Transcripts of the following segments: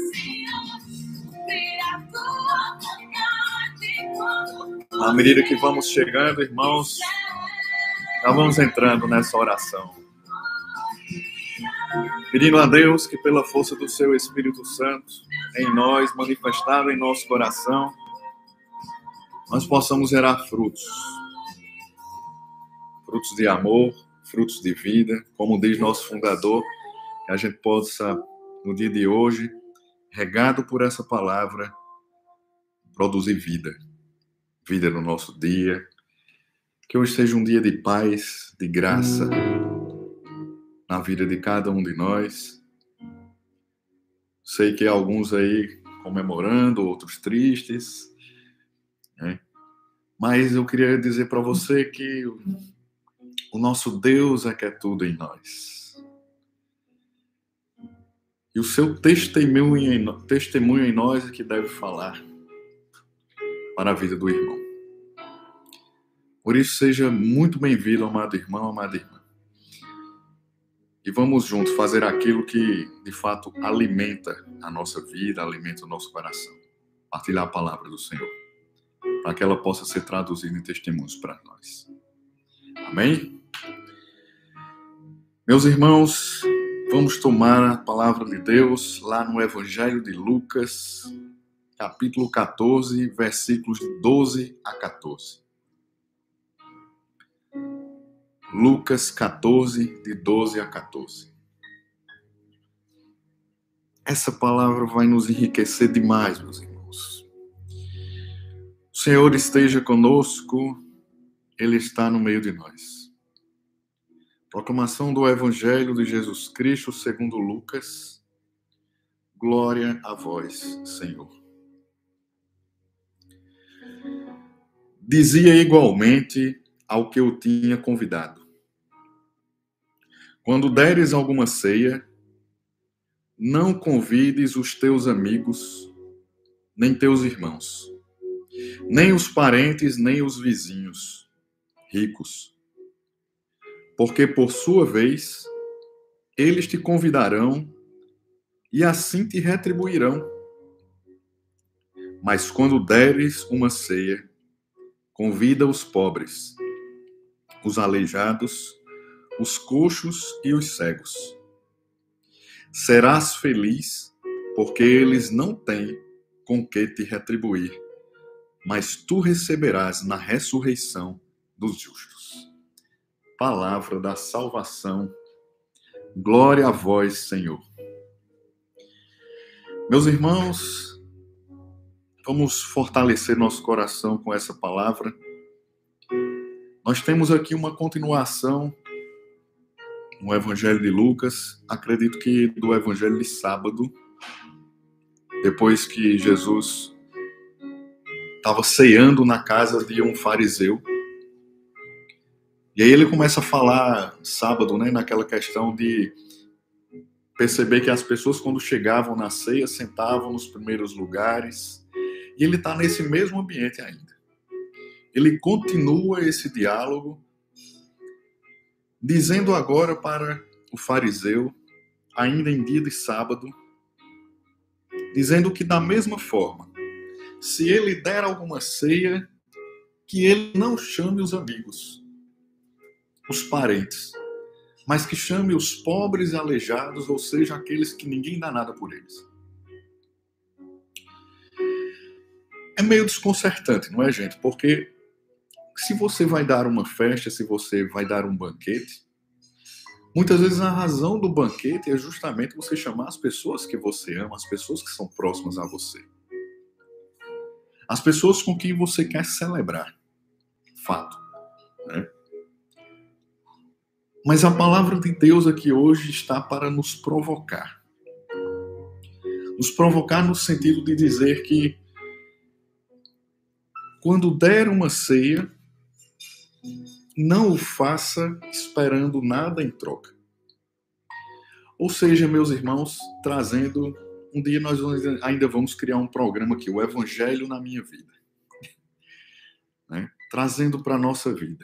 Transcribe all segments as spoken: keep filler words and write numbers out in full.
À medida que vamos chegando, irmãos, já vamos entrando nessa oração. Pedindo a Deus que pela força do seu Espírito Santo, em nós, manifestado em nosso coração, nós possamos gerar frutos. Frutos de amor, frutos de vida, como diz nosso fundador, que a gente possa, no dia de hoje, regado por essa palavra, produzir vida. Vida no nosso dia. Que hoje seja um dia de paz, de graça, na vida de cada um de nós. Sei que há alguns aí comemorando, outros tristes, né? Mas eu queria dizer para você que o nosso Deus é que é tudo em nós. E o seu testemunho em, testemunho em nós é que deve falar para a vida do irmão. Por isso, seja muito bem-vindo, amado irmão, amada irmã. E vamos juntos fazer aquilo que, de fato, alimenta a nossa vida, alimenta o nosso coração. Partilhar a palavra do Senhor, para que ela possa ser traduzida em testemunhos para nós. Amém? Meus irmãos, vamos tomar a palavra de Deus lá no Evangelho de Lucas, capítulo quatorze, versículos de doze a quatorze. Lucas quatorze, de doze a quatorze. Essa palavra vai nos enriquecer demais, meus irmãos. O Senhor esteja conosco, Ele está no meio de nós. Proclamação do Evangelho de Jesus Cristo segundo Lucas. Glória a vós, Senhor. Dizia igualmente ao que eu tinha convidado: quando deres alguma ceia, não convides os teus amigos, nem teus irmãos, nem os parentes, nem os vizinhos ricos, porque por sua vez eles te convidarão e assim te retribuirão. Mas quando deres uma ceia, convida os pobres, os aleijados, os coxos e os cegos. Serás feliz, porque eles não têm com que te retribuir, mas tu receberás na ressurreição dos justos. Palavra da salvação. Glória a vós, Senhor. Meus irmãos, vamos fortalecer nosso coração com essa palavra. Nós temos aqui uma continuação no Evangelho de Lucas, acredito que do Evangelho de sábado, depois que Jesus estava ceando na casa de um fariseu. E aí ele começa a falar sábado, né, naquela questão de perceber que as pessoas, quando chegavam na ceia, sentavam nos primeiros lugares. E ele está nesse mesmo ambiente ainda. Ele continua esse diálogo, dizendo agora para o fariseu, ainda em dia de sábado, dizendo que da mesma forma, se ele der alguma ceia, que ele não chame os amigos, os parentes, mas que chame os pobres e aleijados, ou seja, aqueles que ninguém dá nada por eles. É meio desconcertante, não é, gente? Porque se você vai dar uma festa, se você vai dar um banquete, muitas vezes a razão do banquete é justamente você chamar as pessoas que você ama, as pessoas que são próximas a você. As pessoas com quem você quer celebrar. Fato. Né? Mas a palavra de Deus aqui hoje está para nos provocar. Nos provocar no sentido de dizer que quando der uma ceia, não o faça esperando nada em troca. Ou seja, meus irmãos, trazendo... Um dia nós ainda vamos criar um programa aqui, o Evangelho na Minha Vida. Né? Trazendo para a nossa vida.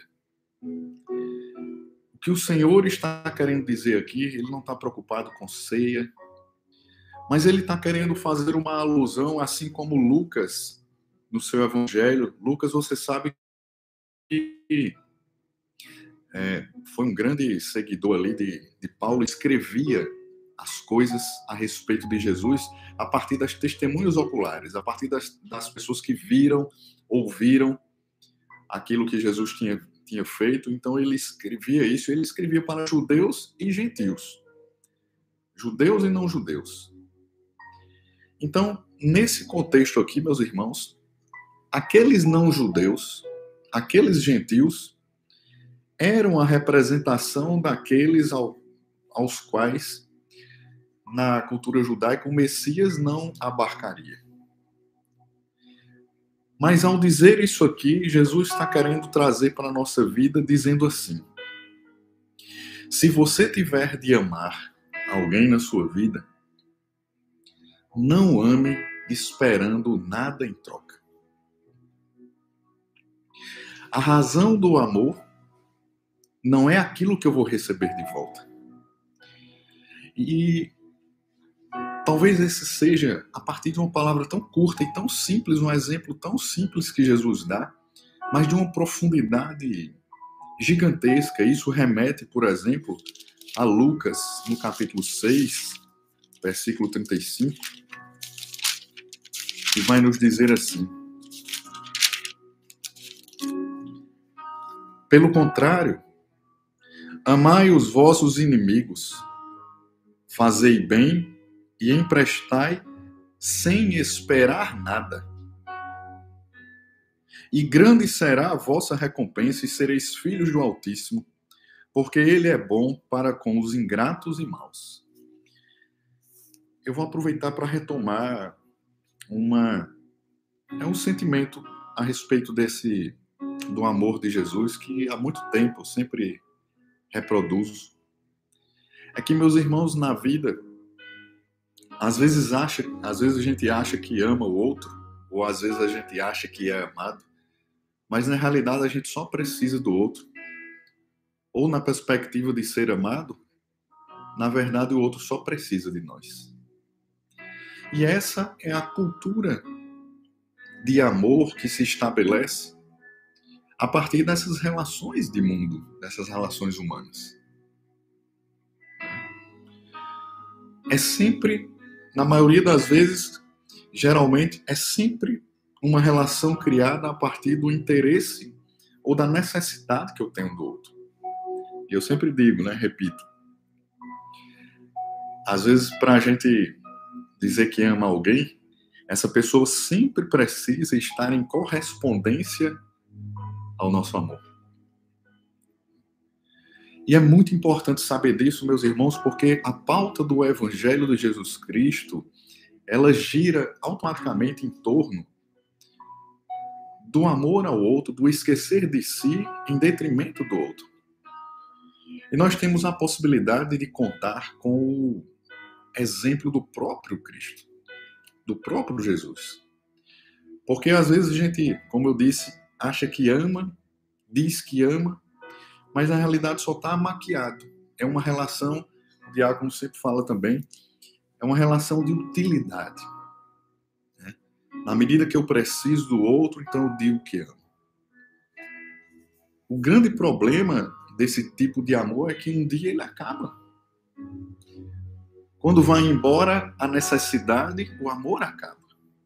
O que o Senhor está querendo dizer aqui, Ele não está preocupado com ceia. Mas ele está querendo fazer uma alusão, assim como Lucas, no seu evangelho. Lucas, você sabe que é, foi um grande seguidor ali de, de Paulo, escrevia as coisas a respeito de Jesus a partir das testemunhas oculares, a partir das, das pessoas que viram, ouviram aquilo que Jesus tinha, tinha feito. Então ele escrevia isso, ele escrevia para judeus e gentios, judeus e não judeus. Então, nesse contexto aqui, meus irmãos, aqueles não judeus, aqueles gentios, eram a representação daqueles ao, aos quais, na cultura judaica, o Messias não abarcaria. Mas ao dizer isso aqui, Jesus está querendo trazer para a nossa vida, dizendo assim: se você tiver de amar alguém na sua vida, não ame esperando nada em troca. A razão do amor não é aquilo que eu vou receber de volta. E talvez esse seja, a partir de uma palavra tão curta e tão simples, um exemplo tão simples que Jesus dá, mas de uma profundidade gigantesca. Isso remete, por exemplo, a Lucas, no capítulo seis, versículo trinta e cinco, que vai nos dizer assim: pelo contrário, amai os vossos inimigos, fazei bem e emprestai sem esperar nada. E grande será a vossa recompensa, e sereis filhos do Altíssimo, porque ele é bom para com os ingratos e maus. Eu vou aproveitar para retomar uma, é um sentimento a respeito desse, do amor de Jesus, que há muito tempo eu sempre reproduzo. É que, meus irmãos, na vida, às vezes, acha, às vezes a gente acha que ama o outro, ou às vezes a gente acha que é amado, mas na realidade a gente só precisa do outro. Ou na perspectiva de ser amado, na verdade o outro só precisa de nós. E essa é a cultura de amor que se estabelece a partir dessas relações de mundo, dessas relações humanas. É sempre, na maioria das vezes, geralmente, é sempre uma relação criada a partir do interesse ou da necessidade que eu tenho do outro. E eu sempre digo, né, repito, às vezes para a gente dizer que ama alguém, essa pessoa sempre precisa estar em correspondência ao nosso amor. E é muito importante saber disso, meus irmãos, porque a pauta do Evangelho de Jesus Cristo, ela gira automaticamente em torno do amor ao outro, do esquecer de si em detrimento do outro. E nós temos a possibilidade de contar com o exemplo do próprio Cristo, do próprio Jesus. Porque às vezes a gente, como eu disse, acha que ama, diz que ama, mas na realidade só está maquiado. É uma relação, o diácono sempre fala também, é uma relação de utilidade. Né? Na medida que eu preciso do outro, então eu digo que amo. O grande problema desse tipo de amor é que um dia ele acaba. Quando vai embora a necessidade, o amor acaba.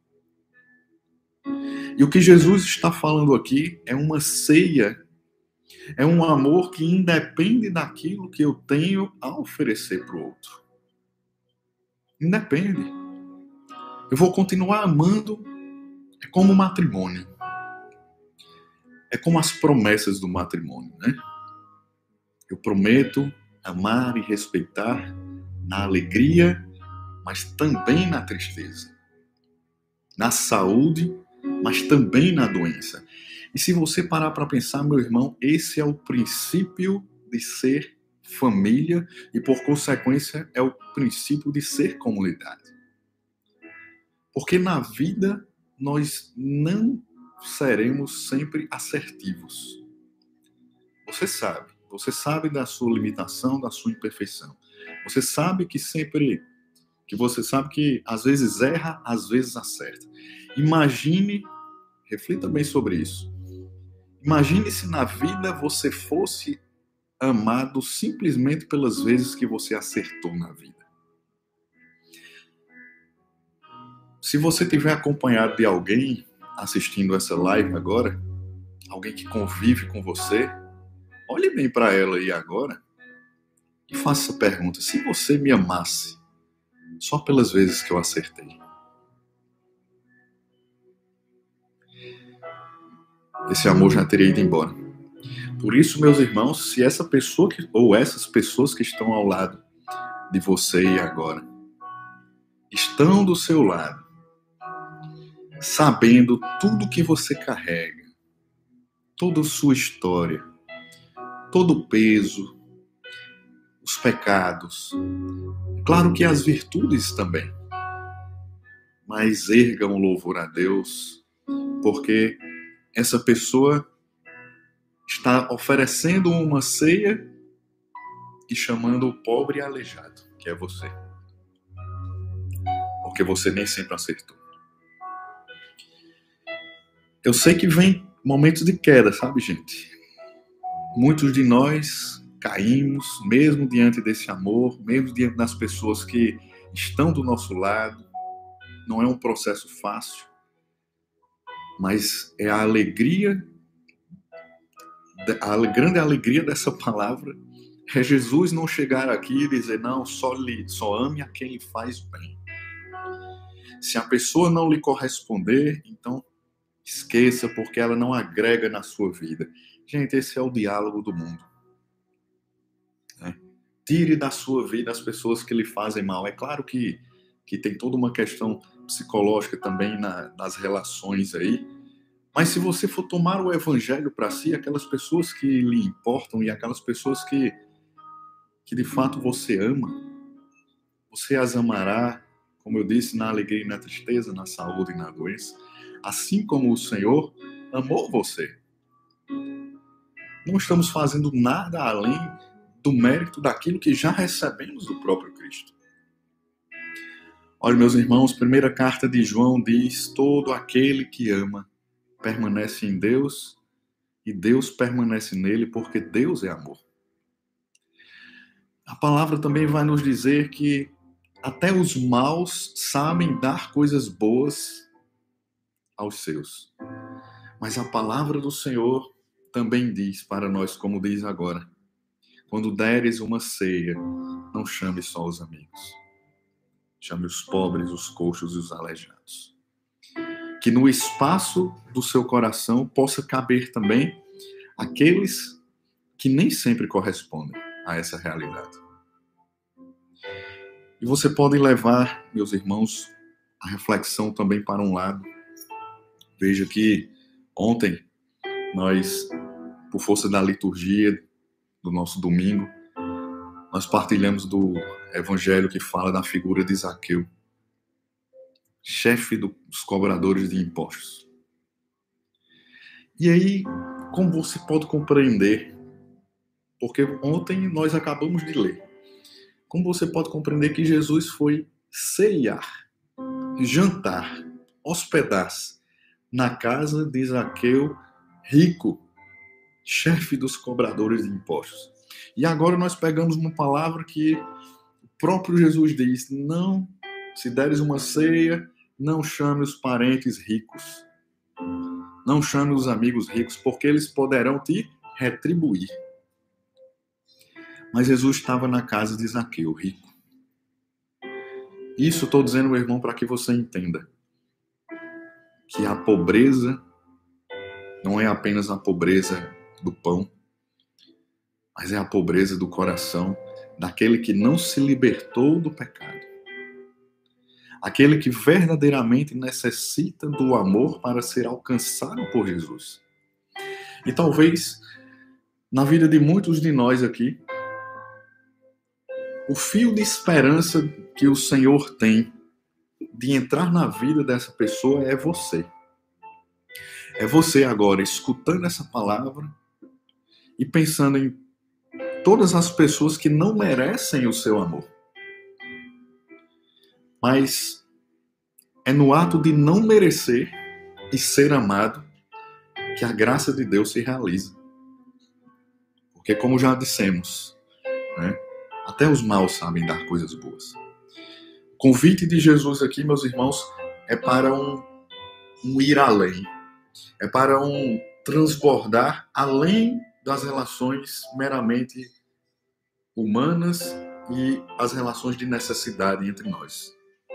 E o que Jesus está falando aqui é uma ceia, é um amor que independe daquilo que eu tenho a oferecer para o outro. Independe. Eu vou continuar amando, é como o matrimônio. É como as promessas do matrimônio, né? Eu prometo amar e respeitar na alegria, mas também na tristeza. Na saúde, mas também na doença. E se você parar para pensar, meu irmão, esse é o princípio de ser família e, por consequência, é o princípio de ser comunidade. Porque na vida nós não seremos sempre assertivos. Você sabe, você sabe da sua limitação, da sua imperfeição. Você sabe que sempre que você sabe que às vezes erra, às vezes acerta. Imagine, reflita bem sobre isso. Imagine se na vida você fosse amado simplesmente pelas vezes que você acertou na vida. Se você tiver acompanhado de alguém assistindo essa live agora, alguém que convive com você, olhe bem para ela aí agora e faça essa pergunta: se você me amasse só pelas vezes que eu acertei, esse amor já teria ido embora. Por isso, meus irmãos, se essa pessoa que, ou essas pessoas que estão ao lado de você e agora estão do seu lado, sabendo tudo que você carrega, toda a sua história, todo o peso, os pecados, claro que as virtudes também, mas ergam louvor a Deus, porque essa pessoa está oferecendo uma ceia e chamando o pobre e aleijado, que é você. Porque você nem sempre acertou. Eu sei que vem momentos de queda, sabe, gente? Muitos de nós caímos, mesmo diante desse amor, mesmo diante das pessoas que estão do nosso lado. Não é um processo fácil, mas é a alegria, a grande alegria dessa palavra é Jesus não chegar aqui e dizer: não, só, lhe, só ame a quem lhe faz bem. Se a pessoa não lhe corresponder, então esqueça, porque ela não agrega na sua vida. Gente, esse é o diálogo do mundo. Né? Tire da sua vida as pessoas que lhe fazem mal. É claro que, que tem toda uma questão psicológica também na, nas relações aí, mas se você for tomar o evangelho para si, aquelas pessoas que lhe importam e aquelas pessoas que, que de fato você ama, você as amará, como eu disse, na alegria e na tristeza, na saúde e na doença, assim como o Senhor amou você. Não estamos fazendo nada além do mérito daquilo que já recebemos do próprio Cristo. Olha, meus irmãos, primeira carta de João diz: todo aquele que ama permanece em Deus e Deus permanece nele, porque Deus é amor. A palavra também vai nos dizer que até os maus sabem dar coisas boas aos seus. Mas a palavra do Senhor também diz para nós, como diz agora: quando deres uma ceia, não chame só os amigos. Chame os pobres, os coxos e os aleijados. Que no espaço do seu coração possa caber também aqueles que nem sempre correspondem a essa realidade. E você pode levar, meus irmãos, a reflexão também para um lado. Veja que ontem nós, por força da liturgia do nosso domingo, nós partilhamos do evangelho que fala da figura de Zaqueu, chefe dos cobradores de impostos. E aí, como você pode compreender, porque ontem nós acabamos de ler, como você pode compreender que Jesus foi ceiar, jantar, hospedar-se na casa de Zaqueu, rico, chefe dos cobradores de impostos. E agora nós pegamos uma palavra que o próprio Jesus diz: não, se deres uma ceia, não chame os parentes ricos. Não chame os amigos ricos, porque eles poderão te retribuir. Mas Jesus estava na casa de Zaqueu, rico. Isso estou dizendo, meu irmão, para que você entenda que a pobreza não é apenas a pobreza do pão, mas é a pobreza do coração daquele que não se libertou do pecado. Aquele que verdadeiramente necessita do amor para ser alcançado por Jesus. E talvez, na vida de muitos de nós aqui, o fio de esperança que o Senhor tem de entrar na vida dessa pessoa é você. É você agora escutando essa palavra e pensando em todas as pessoas que não merecem o seu amor. Mas é no ato de não merecer e ser amado que a graça de Deus se realiza. Porque, como já dissemos, né, até os maus sabem dar coisas boas. O convite de Jesus aqui, meus irmãos, é para um, um ir além. É para um transbordar além das relações meramente humanas e as relações de necessidade entre nós.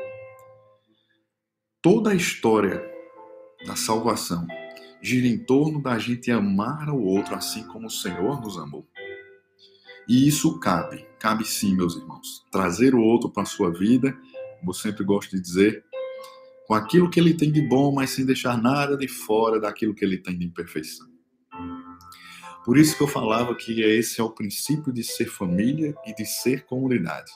Toda a história da salvação gira em torno da gente amar o outro assim como o Senhor nos amou. E isso cabe, cabe sim, meus irmãos. Trazer o outro para a sua vida, como eu sempre gosto de dizer, com aquilo que ele tem de bom, mas sem deixar nada de fora daquilo que ele tem de imperfeição. Por isso que eu falava que esse é o princípio de ser família e de ser comunidade.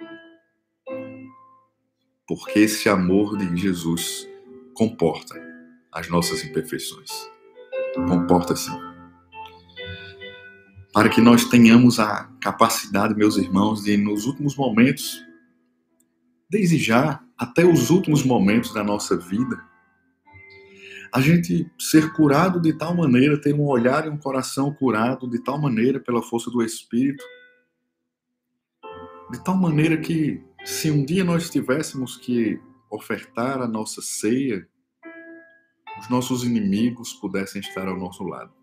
Porque esse amor de Jesus comporta as nossas imperfeições. Comporta sim. Para que nós tenhamos a capacidade, meus irmãos, de nos últimos momentos, desde já até os últimos momentos da nossa vida, a gente ser curado de tal maneira, ter um olhar e um coração curado de tal maneira pela força do Espírito, de tal maneira que se um dia nós tivéssemos que ofertar a nossa ceia, os nossos inimigos pudessem estar ao nosso lado.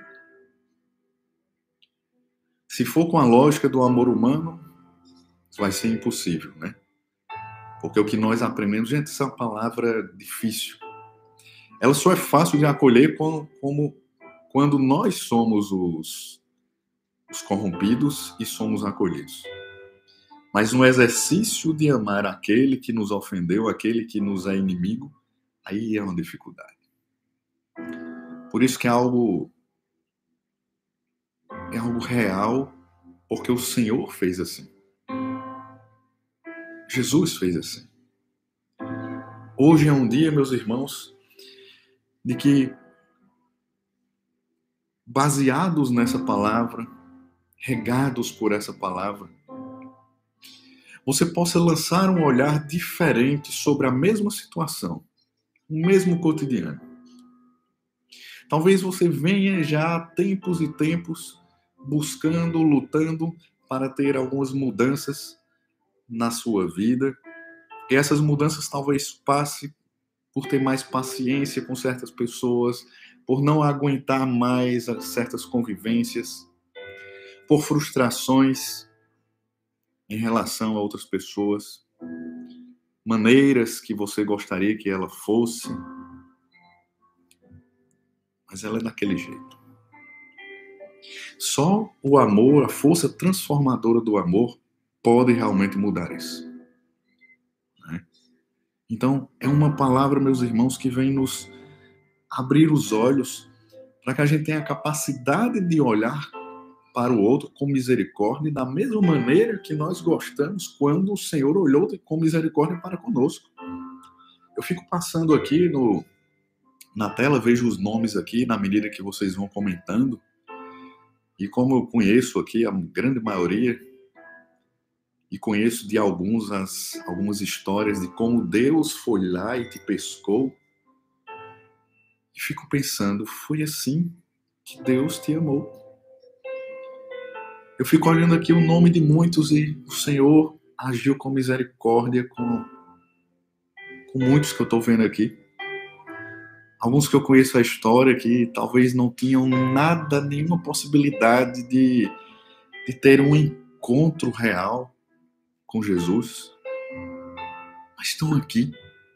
Se for com a lógica do amor humano, vai ser impossível, né? Porque o que nós aprendemos, gente, essa é uma palavra difícil. Ela só é fácil de acolher como, como quando nós somos os, os corrompidos e somos acolhidos. Mas um exercício de amar aquele que nos ofendeu, aquele que nos é inimigo, aí é uma dificuldade. Por isso que é algo, é algo real, porque o Senhor fez assim. Jesus fez assim. Hoje é um dia, meus irmãos, de que, baseados nessa palavra, regados por essa palavra, você possa lançar um olhar diferente sobre a mesma situação, o mesmo cotidiano. Talvez você venha já há tempos e tempos buscando, lutando para ter algumas mudanças na sua vida. E essas mudanças talvez passem por ter mais paciência com certas pessoas, por não aguentar mais certas convivências, por frustrações em relação a outras pessoas, maneiras que você gostaria que ela fosse, mas ela é daquele jeito. Só o amor, a força transformadora do amor, pode realmente mudar isso. Né? Então, é uma palavra, meus irmãos, que vem nos abrir os olhos para que a gente tenha a capacidade de olhar para o outro com misericórdia, da mesma maneira que nós gostamos quando o Senhor olhou com misericórdia para conosco. Eu fico passando aqui no, na tela, vejo os nomes aqui, na medida que vocês vão comentando, e como eu conheço aqui a grande maioria, e conheço de alguns as, algumas histórias de como Deus foi lá e te pescou, e fico pensando, foi assim que Deus te amou. Eu fico olhando aqui o nome de muitos e o Senhor agiu com misericórdia com, com muitos que eu estou vendo aqui. Alguns que eu conheço a história que talvez não tinham nada, nenhuma possibilidade de, de ter um encontro real com Jesus. Mas estão aqui.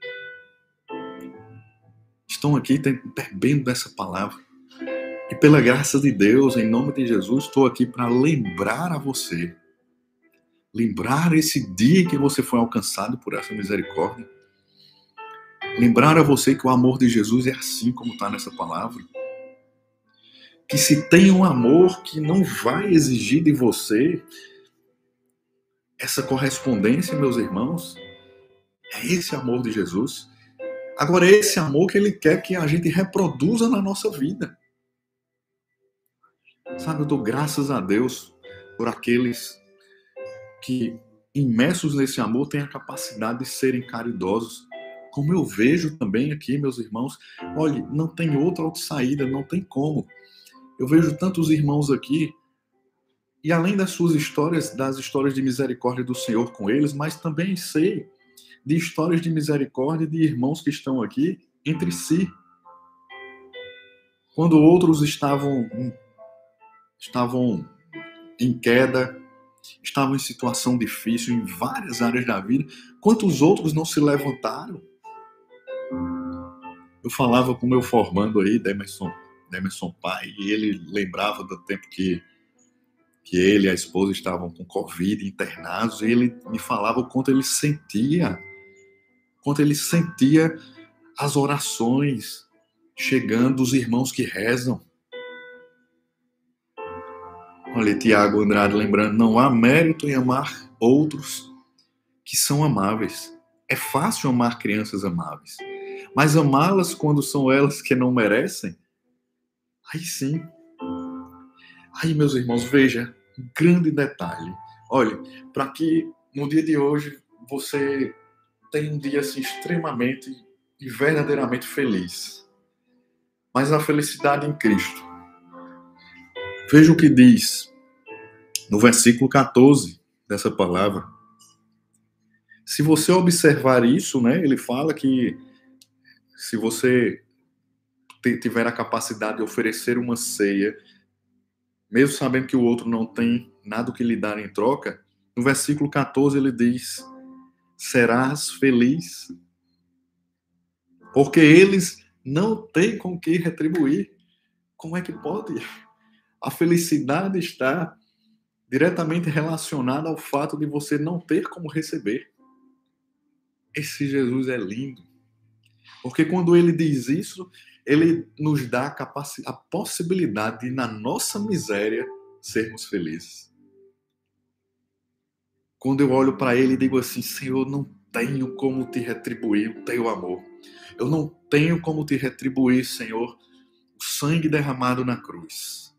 Estão aqui bebendo dessa palavra. E pela graça de Deus, em nome de Jesus, estou aqui para lembrar a você. Lembrar esse dia que você foi alcançado por essa misericórdia. Lembrar a você que o amor de Jesus é assim como está nessa palavra. Que se tem um amor que não vai exigir de você essa correspondência, meus irmãos, é esse amor de Jesus. Agora, é esse amor que Ele quer que a gente reproduza na nossa vida. Sabe, eu dou graças a Deus por aqueles que imersos nesse amor, têm a capacidade de serem caridosos. Como eu vejo também aqui, meus irmãos, olhe, não tem outra saída, não tem como. Eu vejo tantos irmãos aqui, e além das suas histórias, das histórias de misericórdia do Senhor com eles, mas também sei de histórias de misericórdia de irmãos que estão aqui entre si. Quando outros estavam, estavam em queda, estavam em situação difícil em várias áreas da vida, quantos outros não se levantaram? Eu falava com o meu formando aí, Demerson, Demerson pai, e ele lembrava do tempo que, que ele e a esposa estavam com Covid, internados, e ele me falava o quanto ele sentia, o quanto ele sentia as orações chegando dos irmãos que rezam. Olha, Tiago Andrade lembrando, não há mérito em amar outros que são amáveis. É fácil amar crianças amáveis, mas amá-las quando são elas que não merecem, aí sim. Aí, meus irmãos, veja, um grande detalhe. Olha, para que no dia de hoje você tenha um dia assim, extremamente e verdadeiramente feliz, mas a felicidade em Cristo. Veja o que diz no versículo quatorze dessa palavra. Se você observar isso, né, ele fala que se você tiver a capacidade de oferecer uma ceia, mesmo sabendo que o outro não tem nada o que lhe dar em troca, no versículo quatorze ele diz, serás feliz, porque eles não têm com que retribuir. Como é que pode? A felicidade está diretamente relacionada ao fato de você não ter como receber. Esse Jesus é lindo. Porque quando ele diz isso, ele nos dá a, capac... a possibilidade de, na nossa miséria, sermos felizes. Quando eu olho para ele e digo assim, Senhor, não tenho como te retribuir o teu amor. Eu não tenho como te retribuir, Senhor, o sangue derramado na cruz.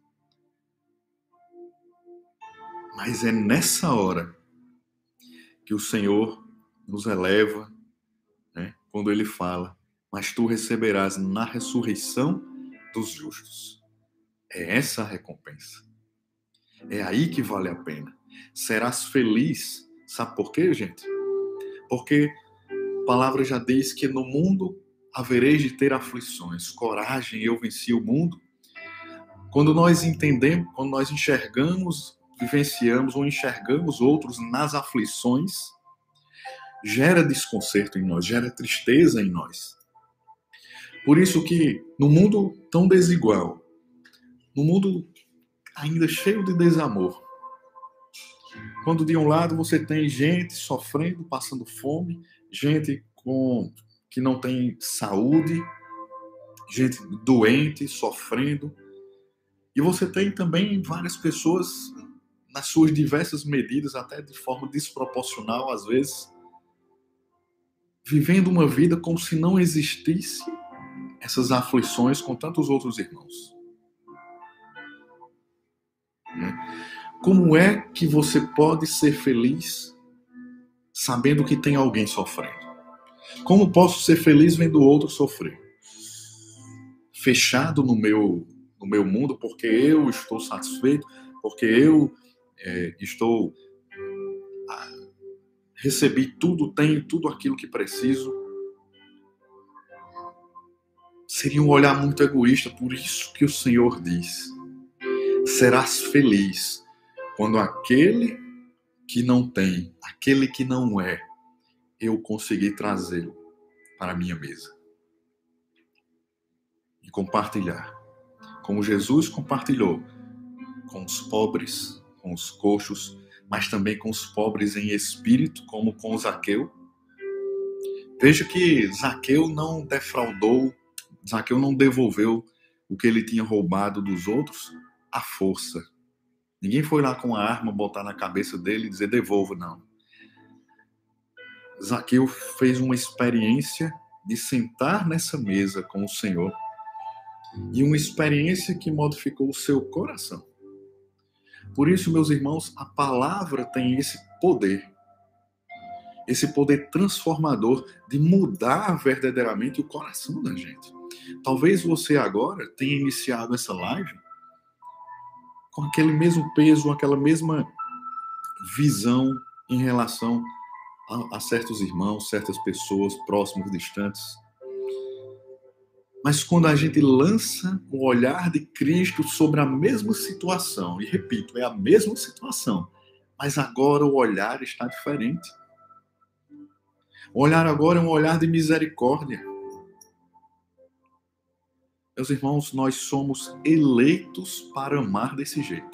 Mas é nessa hora que o Senhor nos eleva, né? Quando ele fala, mas tu receberás na ressurreição dos justos. É essa a recompensa. É aí que vale a pena. Serás feliz. Sabe por quê, gente? Porque a palavra já diz que no mundo havereis de ter aflições. Coragem, eu venci o mundo. Quando nós entendemos, quando nós enxergamos, vivenciamos ou enxergamos outros nas aflições, gera desconcerto em nós, gera tristeza em nós. Por isso que no mundo tão desigual, no mundo ainda cheio de desamor, quando de um lado você tem gente sofrendo, passando fome, gente com, que não tem saúde, gente doente, sofrendo, e você tem também várias pessoas nas suas diversas medidas, até de forma desproporcional às vezes, vivendo uma vida como se não existisse essas aflições com tantos outros irmãos. Como é que você pode ser feliz sabendo que tem alguém sofrendo? Como posso ser feliz vendo o outro sofrer? Fechado no meu, no meu mundo porque eu estou satisfeito, porque eu é, estou ah, recebi tudo, tenho tudo aquilo que preciso. Seria um olhar muito egoísta, por isso que o Senhor diz, serás feliz quando aquele que não tem, aquele que não é, eu conseguir trazê-lo para a minha mesa. E compartilhar. Como Jesus compartilhou com os pobres, com os coxos, mas também com os pobres em espírito, como com Zaqueu. Veja que Zaqueu não defraudou, Zaqueu não devolveu o que ele tinha roubado dos outros à força. Ninguém foi lá com a arma botar na cabeça dele e dizer devolva, não. Zaqueu fez uma experiência de sentar nessa mesa com o Senhor e uma experiência que modificou o seu coração. Por isso, meus irmãos, a palavra tem esse poder esse poder transformador de mudar verdadeiramente o coração da gente. Talvez você agora tenha iniciado essa live com aquele mesmo peso, aquela mesma visão em relação a, a certos irmãos, certas pessoas próximas, distantes. Mas quando a gente lança o olhar de Cristo sobre a mesma situação, e repito, é a mesma situação, mas agora o olhar está diferente. O olhar agora é um olhar de misericórdia. Meus irmãos, nós somos eleitos para amar desse jeito.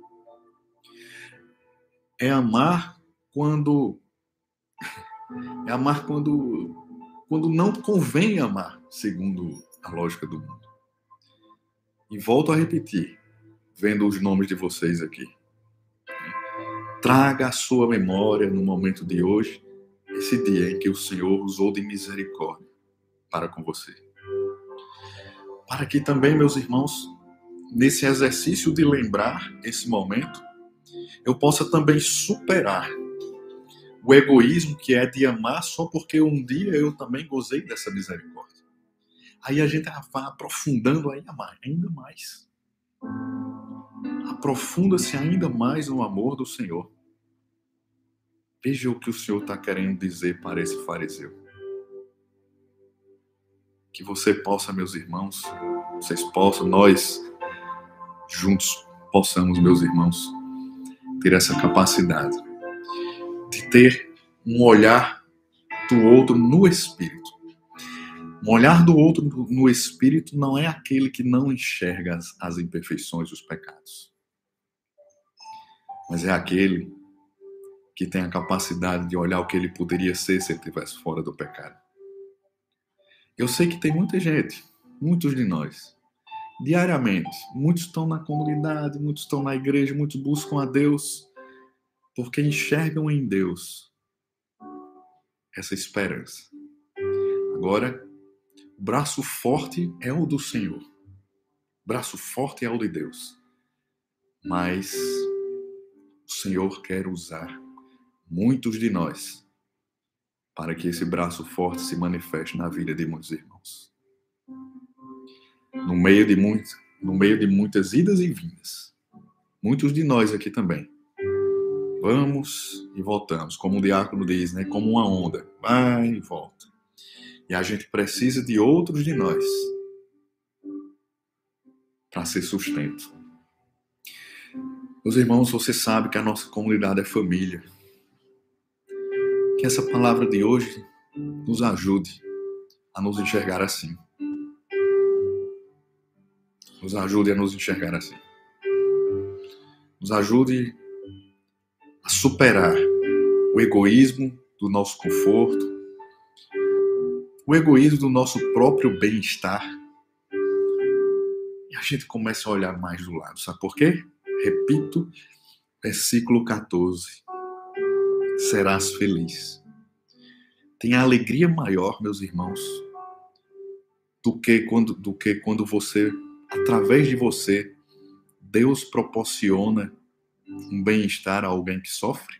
É amar quando é amar quando quando não convém amar, segundo a lógica do mundo. E volto a repetir, vendo os nomes de vocês aqui. Traga à sua memória no momento de hoje esse dia em que o Senhor usou de misericórdia para com você. Para que também, meus irmãos, nesse exercício de lembrar esse momento, eu possa também superar o egoísmo que é de amar só porque um dia eu também gozei dessa misericórdia. Aí a gente vai aprofundando ainda mais, ainda mais. Aprofunda-se ainda mais no amor do Senhor. Veja o que o Senhor está querendo dizer para esse fariseu. Que você possa, meus irmãos, vocês possam, nós juntos possamos, meus irmãos, ter essa capacidade de ter um olhar do outro no Espírito. Um olhar do outro no Espírito não é aquele que não enxerga as, as imperfeições e os pecados, mas é aquele que tem a capacidade de olhar o que ele poderia ser se ele estivesse fora do pecado. Eu sei que tem muita gente, muitos de nós, diariamente, muitos estão na comunidade, muitos estão na igreja, muitos buscam a Deus, porque enxergam em Deus essa esperança. Agora, o braço forte é o do Senhor. O braço forte é o de Deus. Mas o Senhor quer usar muitos de nós para que esse braço forte se manifeste na vida de muitos irmãos. No meio de, muito, no meio de muitas idas e vindas. Muitos de nós aqui também. Vamos e voltamos, como o diácono diz, né? Como uma onda. Vai e volta. E a gente precisa de outros de nós para ser sustento. Meus irmãos, você sabe que a nossa comunidade é família. Que essa palavra de hoje nos ajude a nos enxergar assim. Nos ajude a nos enxergar assim. Nos ajude a superar o egoísmo do nosso conforto, o egoísmo do nosso próprio bem-estar. E a gente começa a olhar mais do lado. Sabe por quê? Repito, versículo catorze. Serás feliz. Tem alegria maior, meus irmãos, do que quando, do que quando você, através de você, Deus proporciona um bem-estar a alguém que sofre?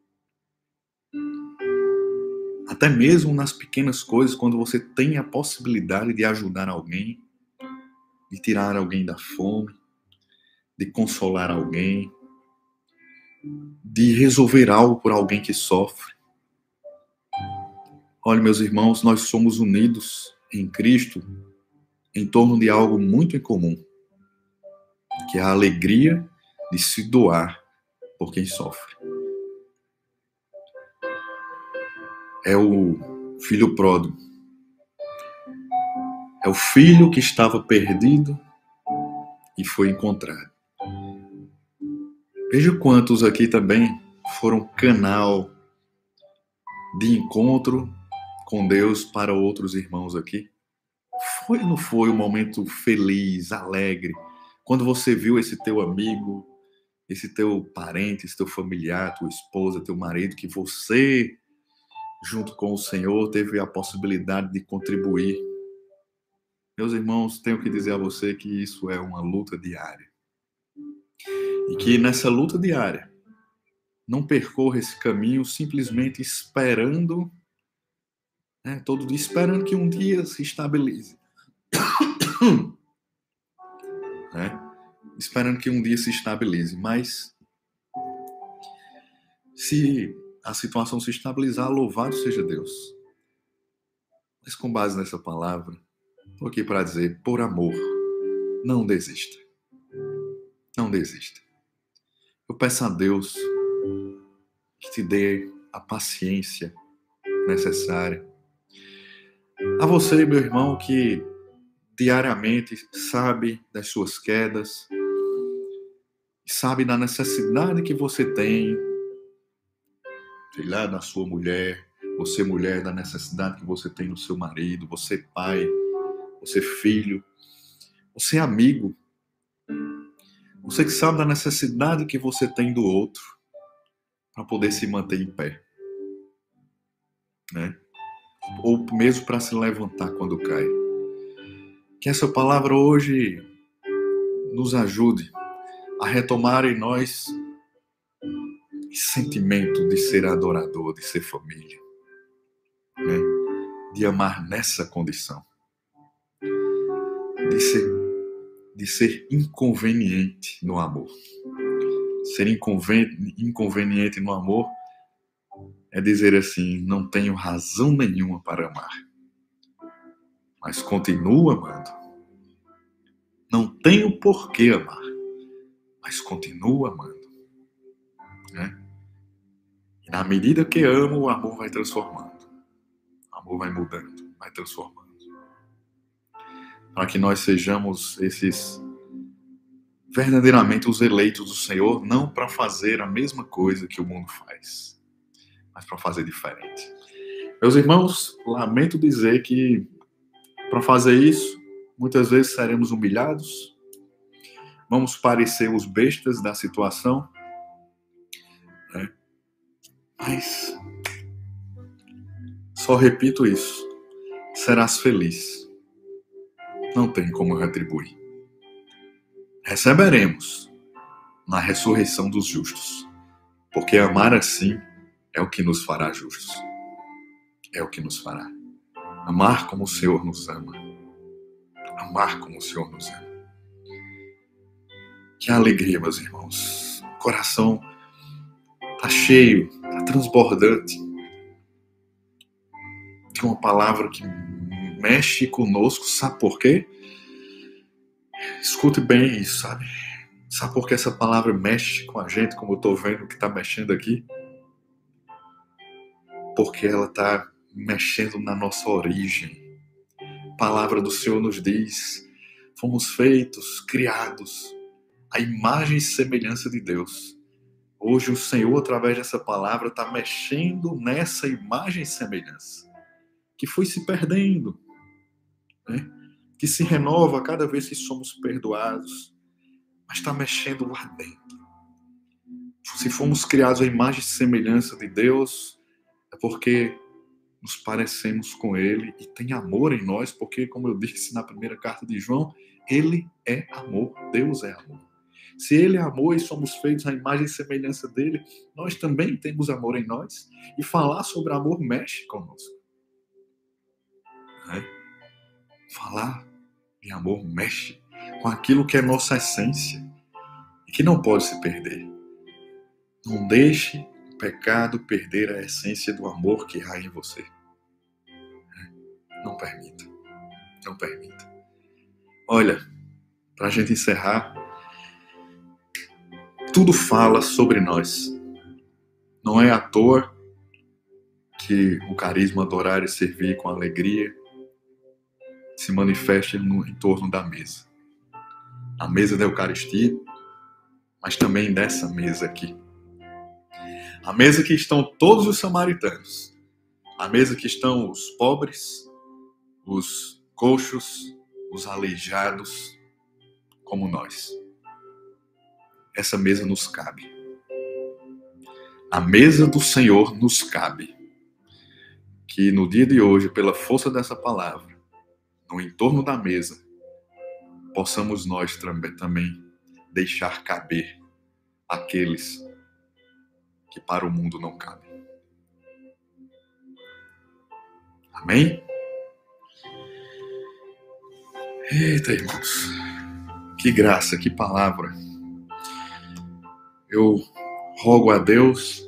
Até mesmo nas pequenas coisas, quando você tem a possibilidade de ajudar alguém, de tirar alguém da fome, de consolar alguém, de resolver algo por alguém que sofre. Olha, meus irmãos, nós somos unidos em Cristo em torno de algo muito em comum, que é a alegria de se doar por quem sofre. É o filho pródigo. É o filho que estava perdido e foi encontrado. Veja quantos aqui também foram canal de encontro com Deus para outros irmãos aqui. Foi ou não foi um momento feliz, alegre, quando você viu esse teu amigo, esse teu parente, esse teu familiar, tua esposa, teu marido, que você, junto com o Senhor, teve a possibilidade de contribuir. Meus irmãos, tenho que dizer a você que isso é uma luta diária. E que nessa luta diária, não percorra esse caminho simplesmente esperando, né, todo dia esperando que um dia se estabilize. Né? Esperando que um dia se estabilize, mas se a situação se estabilizar, louvado seja Deus. Mas com base nessa palavra, estou aqui para dizer, por amor, não desista. Não desista. Eu peço a Deus que te dê a paciência necessária. A você, meu irmão, que diariamente sabe das suas quedas, sabe da necessidade que você tem, sei lá, da sua mulher, você mulher, da necessidade que você tem no seu marido, você pai, você filho, você amigo, você que sabe da necessidade que você tem do outro para poder se manter em pé, né? Ou mesmo para se levantar quando cai. Que essa palavra hoje nos ajude a retomar em nós esse sentimento de ser adorador, de ser família, né? De amar nessa condição, de ser, de ser inconveniente no amor. Ser inconveniente, inconveniente no amor é dizer assim, não tenho razão nenhuma para amar, mas continuo amando. Não tenho por que amar, mas continuo amando, né? E na medida que amo, o amor vai transformando. O amor vai mudando, vai transformando. Para que nós sejamos esses verdadeiramente os eleitos do Senhor, não para fazer a mesma coisa que o mundo faz, mas para fazer diferente. Meus irmãos, lamento dizer que para fazer isso, muitas vezes seremos humilhados, vamos parecer os bestas da situação, né? Mas só repito isso, serás feliz. Não tem como retribuir. Receberemos na ressurreição dos justos, porque amar assim é o que nos fará justos. É o que nos fará. Amar como o Senhor nos ama. Amar como o Senhor nos ama. Que alegria, meus irmãos. O coração está cheio, está transbordante de uma palavra que mexe conosco. Sabe por quê? Escute bem isso, sabe? Sabe por que essa palavra mexe com a gente, como eu estou vendo que está mexendo aqui? Porque ela está mexendo na nossa origem. A palavra do Senhor nos diz, fomos feitos, criados, à imagem e semelhança de Deus. Hoje o Senhor, através dessa palavra, está mexendo nessa imagem e semelhança, que foi se perdendo, né? Que se renova cada vez que somos perdoados, mas está mexendo lá dentro. Se fomos criados à imagem e semelhança de Deus, é porque nos parecemos com Ele e tem amor em nós, porque, como eu disse na primeira carta de João, Ele é amor, Deus é amor. Se Ele é amor e somos feitos à imagem e semelhança dEle, nós também temos amor em nós, e falar sobre amor mexe conosco. Né? Falar de amor mexe com aquilo que é nossa essência e que não pode se perder. Não deixe o pecado perder a essência do amor que há em você. Não permita. Não permita. Olha, para a gente encerrar, tudo fala sobre nós. Não é à toa que o carisma adorar e servir com alegria se manifesta no, em torno da mesa. A mesa da Eucaristia, mas também dessa mesa aqui. A mesa que estão todos os samaritanos. A mesa que estão os pobres, os coxos, os aleijados, como nós. Essa mesa nos cabe. A mesa do Senhor nos cabe. Que no dia de hoje, pela força dessa palavra, no entorno da mesa, possamos nós também deixar caber aqueles que para o mundo não cabe. Amém? Eita, irmãos. Que graça, que palavra. Eu rogo a Deus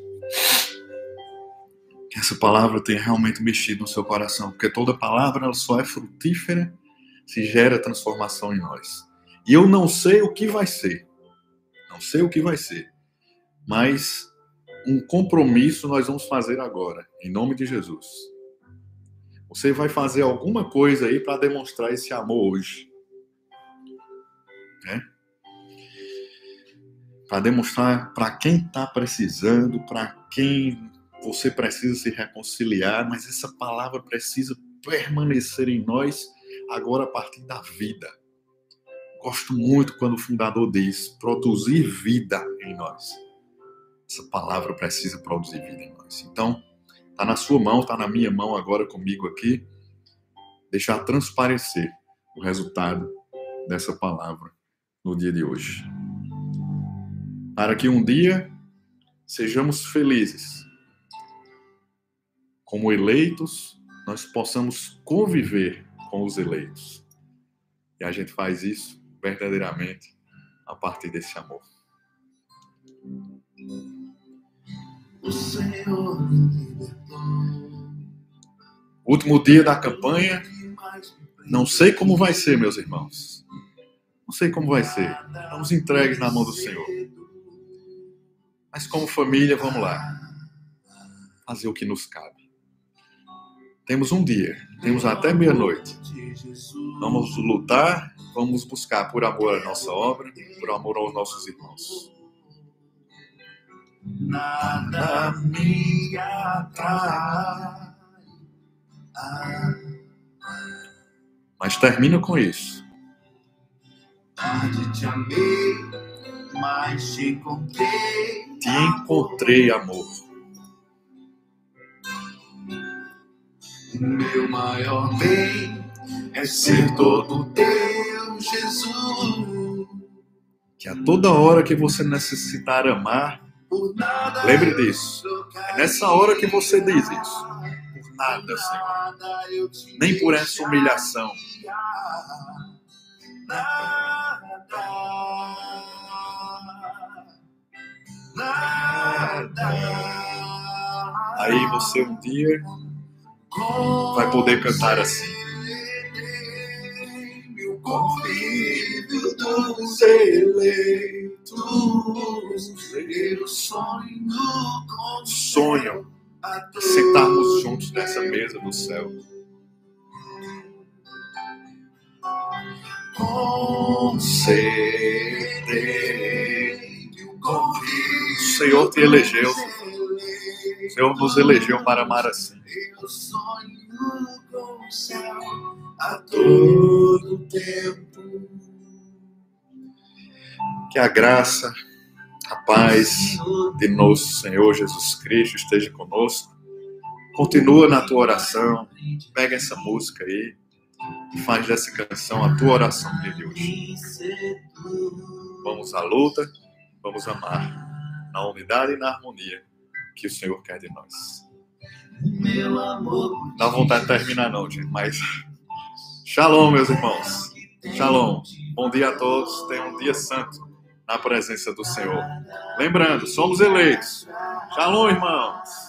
que essa palavra tenha realmente mexido no seu coração, porque toda palavra ela só é frutífera se gera transformação em nós. E eu não sei o que vai ser, não sei o que vai ser, mas um compromisso nós vamos fazer agora, em nome de Jesus. Você vai fazer alguma coisa aí para demonstrar esse amor hoje, né? Para demonstrar para quem está precisando, para quem você precisa se reconciliar, mas essa palavra precisa permanecer em nós agora a partir da vida. Gosto muito quando o fundador diz, produzir vida em nós. Essa palavra precisa produzir vida em nós. Então, está na sua mão, está na minha mão agora comigo aqui, deixar transparecer o resultado dessa palavra no dia de hoje. Para que um dia sejamos felizes. Como eleitos, nós possamos conviver com os eleitos. E a gente faz isso verdadeiramente a partir desse amor. O Senhor me libertou. Último dia da campanha. Não sei como vai ser, meus irmãos. Não sei como vai ser. Estamos entregues na mão do Senhor. Mas como família, vamos lá. Fazer o que nos cabe. Temos um dia, temos até meia-noite. Vamos lutar, vamos buscar por amor à nossa obra, por amor aos nossos irmãos. Nada me atrai. Mas termina com isso. Tarde te amei, mas te encontrei. Te encontrei, amor. Meu maior bem é ser todo teu, Jesus. Que a toda hora que você necessitar amar, lembre disso. É nessa hora que você diz isso. Por nada, Senhor. Nem por essa humilhação. Nada. Nada. Aí você um dia vai poder cantar assim. Meu convívio dos eleitos, eu sonho, sonho sentarmos juntos nessa mesa do céu. Concedei o convite. O Senhor te elegeu. O Senhor nos elegeu para amar assim. Eu sonho com o céu a todo tempo. Que a graça, a paz de nosso Senhor Jesus Cristo esteja conosco. Continua na tua oração. Pega essa música aí e faz dessa canção a tua oração no dia de hoje. Vamos à luta, vamos amar na unidade e na harmonia que o Senhor quer de nós. Não dá vontade de terminar não, gente, mas shalom, meus irmãos. Shalom. Bom dia a todos. Tenham um dia santo na presença do Senhor. Lembrando, somos eleitos. Shalom, irmãos.